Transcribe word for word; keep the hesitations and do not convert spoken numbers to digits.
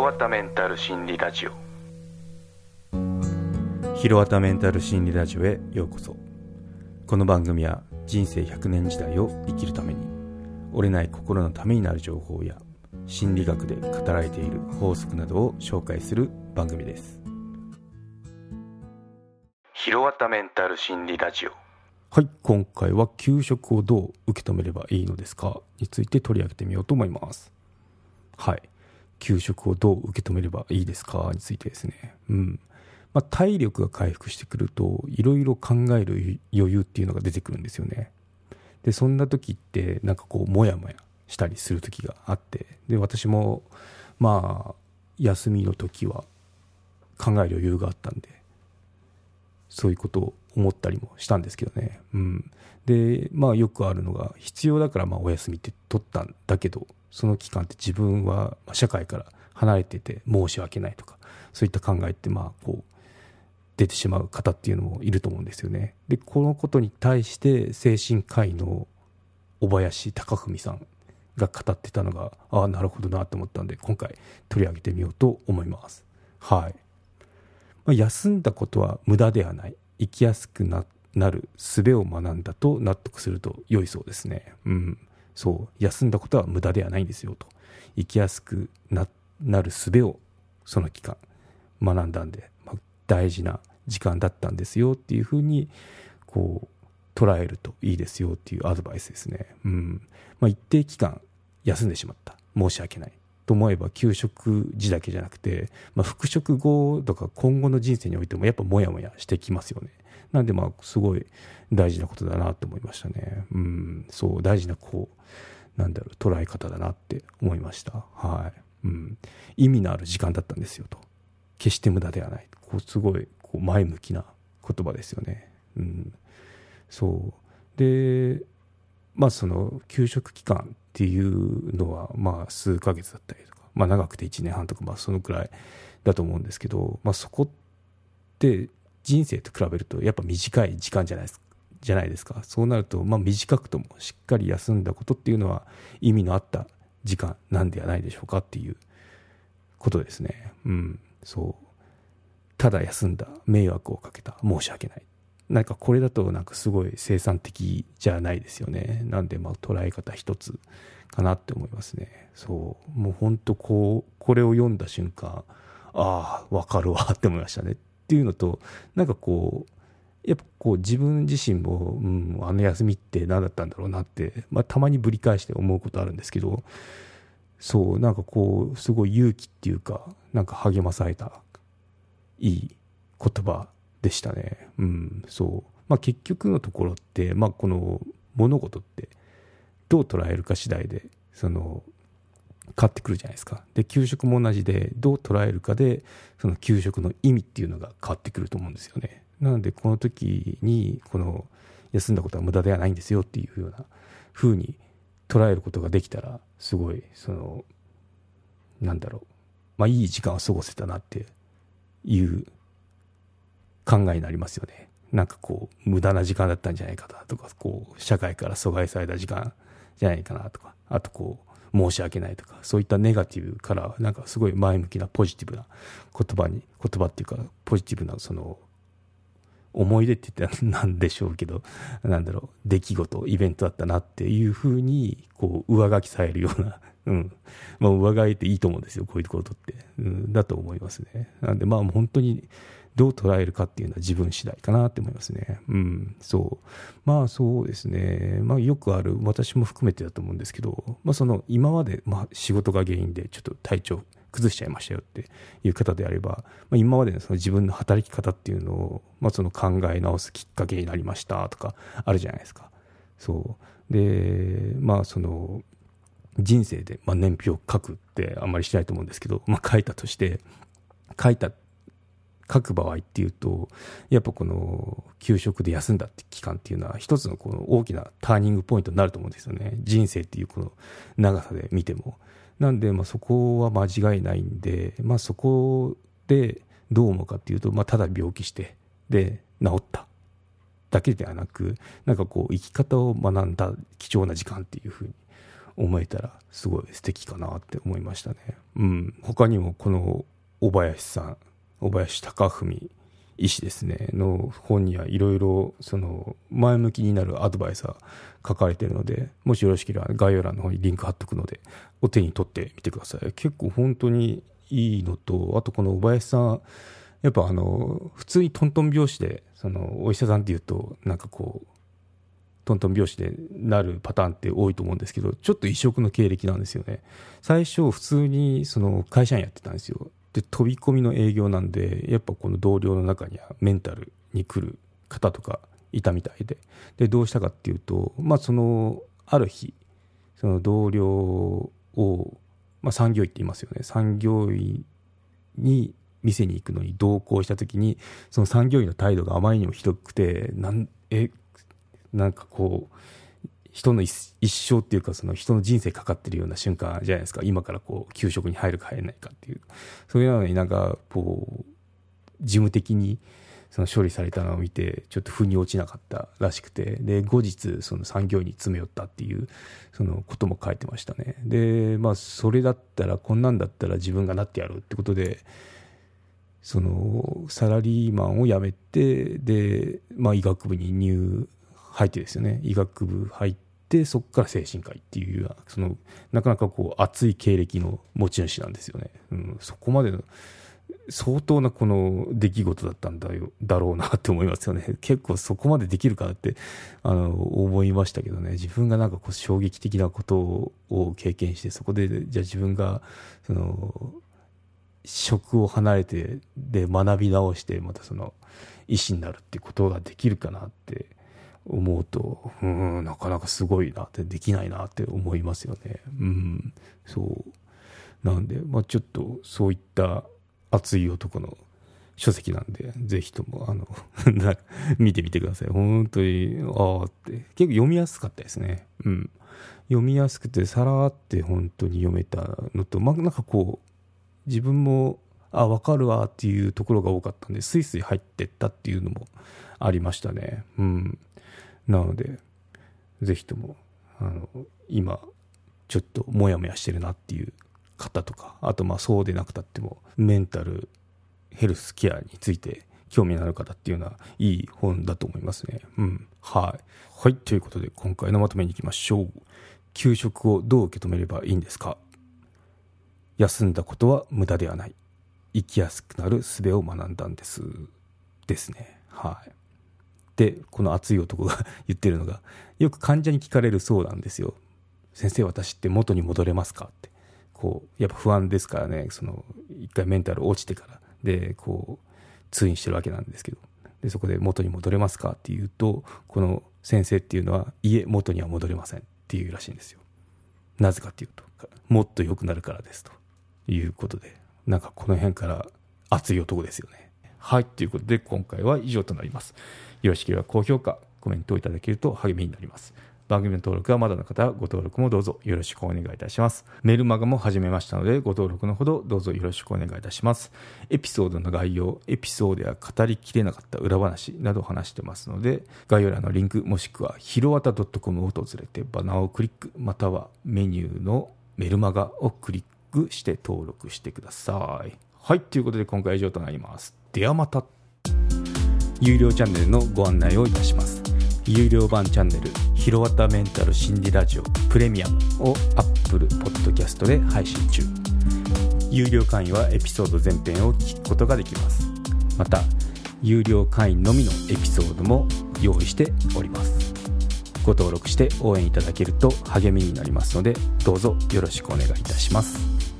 わたメンタル心理ラジオ。 ひろわたメンタル心理ラジオへようこそ。この番組は人生ひゃくねん時代を生きるために折れない心のためになる情報や心理学で語られている法則などを紹介する番組です。 ひろわたメンタル心理ラジオ。 はい、今回は給食をどう受け止めればいいのですかについて取り上げてみようと思います。はい、給食をどう受け止めればいいですかについてですね。うん。まあ、体力が回復してくるといろいろ考える余裕っていうのが出てくるんですよね。で、そんな時ってなんかこうモヤモヤしたりする時があって、で私もまあ休みの時は考える余裕があったんで、そういうことを思ったりもしたんですけどね。うん。で、まあよくあるのが、必要だからまあお休みって取ったんだけど、その期間って自分は社会から離れてて申し訳ないとか、そういった考えってまあこう出てしまう方っていうのもいると思うんですよね。で、このことに対して精神科医の小林貴文さんが語ってたのが、ああなるほどなと思ったんで、今回取り上げてみようと思います。はい。まあ、休んだことは無駄ではない、生きやすく な, なる術を学んだと納得すると良いそうですね。うん、そう、休んだことは無駄ではないんですよと、生きやすく な, なる術をその期間学んだんで、まあ、大事な時間だったんですよっていうふうにこう捉えるといいですよっていうアドバイスですね。うん、まあ、一定期間休んでしまった、申し訳ないと思えば、給食時だけじゃなくて、まあ、復職後とか今後の人生においてもやっぱモヤモヤしてきますよね。なんでまあすごい大事なことだなと思いましたね。うん、そう大事なこうなんだろう捉え方だなって思いました。はい。うん、意味のある時間だったんですよと、決して無駄ではない、こうすごいこう前向きな言葉ですよね。うん、そうで、まあその給食期間っていうのはまあ数ヶ月だったりとか、まあ長くていちねんはんとか、まあそのくらいだと思うんですけど、まあそこって人生と比べるとやっぱ短い時間じゃないですか。じゃないですか。そうなると、まあ短くともしっかり休んだことっていうのは意味のあった時間なんではないでしょうかっていうことですね。うん、そう。ただ休んだ、迷惑をかけた、申し訳ない。なんかこれだとなんかすごい生産的じゃないですよね。なんでまあ捉え方一つかなって思いますね。そう。もう本当こう、これを読んだ瞬間、ああ、わかるわって思いましたね。っていうのと、なんかこう、やっぱこう自分自身も、うん、あの休みって何だったんだろうなって、まあたまにぶり返して思うことあるんですけど、そう、なんかこう、すごい勇気っていうか、なんか励まされた、いい言葉でしたね。うん、そう。まあ結局のところって、まあこの物事ってどう捉えるか次第で、その変わってくるじゃないですか。で、給食も同じで、どう捉えるかで、その給食の意味っていうのが変わってくると思うんですよね。なのでこの時に、この休んだことは無駄ではないんですよっていうような風に捉えることができたら、すごい、その、なんだろう、まあいい時間を過ごせたなっていう考えになりますよね。なんかこう無駄な時間だったんじゃないかなとか、こう社会から阻害された時間じゃないかなとか、あとこう申し訳ないとか、そういったネガティブからなんかすごい前向きなポジティブな言葉に、言葉っていうかポジティブなその思い出って言ったらなんでしょうけど、なんだろう、出来事、イベントだったなっていうふうにこう上書きされるような、うん、まあ上書いていいと思うんですよ、こういうことって、うん、だと思いますね。なんでまあ本当にどう捉えるかっていうのは自分次第かなって思いますね。うん、そう。まあそうですね。まあよくある、私も含めてだと思うんですけど、まあその今までまあ仕事が原因でちょっと体調崩しちゃいましたよっていう方であれば、まあ、今までのその自分の働き方っていうのを、まあ、その考え直すきっかけになりましたとかあるじゃないですか。そうで、まあその人生でまあ年表を書くってあんまりしないと思うんですけど、まあ、書いたとして書いた書く場合っていうと、やっぱこの休職で休んだって期間っていうのは一つのこの大きなターニングポイントになると思うんですよね。人生っていうこの長さで見ても。なんでまあそこは間違いないんで、まあそこでどう思うかっていうと、まあただ病気してで治っただけではなく、なんかこう生き方を学んだ貴重な時間っていうふうに思えたらすごい素敵かなって思いましたね。うん、他にもこの小林さん、小林貴文医師ですねの本にはいろいろその前向きになるアドバイスが書かれているので、もしよろしければ概要欄の方にリンク貼っとくのでお手に取ってみてください。結構本当にいいのと、あとこの小林さんやっぱあの普通にトントン拍子でそのお医者さんっていうとなんかこうトントン拍子でなるパターンって多いと思うんですけど、ちょっと異色の経歴なんですよね。最初普通にその会社員やってたんですよ。で飛び込みの営業なんで、やっぱこの同僚の中にはメンタルに来る方とかいたみたいで、でどうしたかっていうと、まあそのある日その同僚を、まあ、産業医って言いますよね。産業医に店に行くのに同行した時に、その産業医の態度があまりにもひどくて、なんえなんかこう人の 一, 一生っていうかその人の人生かかってるような瞬間じゃないですか。今からこう給食に入るか入らないかっていう、そういうのになんかこう事務的にその処理されたのを見てちょっと腑に落ちなかったらしくて、で後日その産業医に詰め寄ったっていうそのことも書いてましたね。でまあそれだったらこんなんだったら自分がなってやるってことで、そのサラリーマンを辞めて、で、まあ、医学部に入入ってですよね、医学部入ってそこから精神科医っていうような、そのなかなかこう熱い経歴の持ち主なんですよね。うん、そこまでの相当なこの出来事だったんだよだろうなって思いますよね。結構そこまでできるかなってあの思いましたけどね。自分がなんかこう衝撃的なことを経験して、そこでじゃあ自分がその職を離れてで学び直してまたその医師になるっていうことができるかなって思うと、うんなかなかすごいなって、できないなって思いますよね。うんそうなんで、まあ、ちょっとそういった熱い男の書籍なんで、ぜひともあの見てみてください。本当にああって結構読みやすかったですね。うん読みやすくてさらって本当に読めたのと、まあ、なんかこう自分もあ分かるわっていうところが多かったんで、スイスイ入ってったっていうのもありましたね。うんなのでぜひともあの今ちょっとモヤモヤしてるなっていう方とか、あとまあそうでなくたってもメンタルヘルスケアについて興味のある方っていうのはいい本だと思いますね。うんはい、はい、ということで今回のまとめに行きましょう。給食をどう受け止めればいいんですか。休んだことは無駄ではない、生きやすくなる術を学んだんですですね。はいでこの熱い男が言ってるのが、よく患者に聞かれるそうなんですよ。先生私って元に戻れますかって、こうやっぱ不安ですからね。その一回メンタル落ちてからでこう通院してるわけなんですけど、でそこで元に戻れますかって言うと、この先生っていうのはいえ元には戻れませんっていうらしいんですよ。なぜかっていうと、もっと良くなるからですということで、なんかこの辺から熱い男ですよね。はいということで今回は以上となります。よろしければ高評価コメントをいただけると励みになります。番組の登録がまだの方はご登録もどうぞよろしくお願いいたします。メールマガも始めましたのでご登録のほどどうぞよろしくお願いいたします。エピソードの概要、エピソードや語りきれなかった裏話など話してますので、概要欄のリンクもしくはひろわた .com を訪れてバナーをクリック、またはメニューのメルマガをクリックして登録してください。はいということで今回は以上となります。ではまた。有料チャンネルのご案内をいたします。有料版チャンネルひろわたメンタル心理ラジオプレミアムを Apple Podcast で配信中。有料会員はエピソード全編を聞くことができます。また有料会員のみのエピソードも用意しております。ご登録して応援いただけると励みになりますので、どうぞよろしくお願いいたします。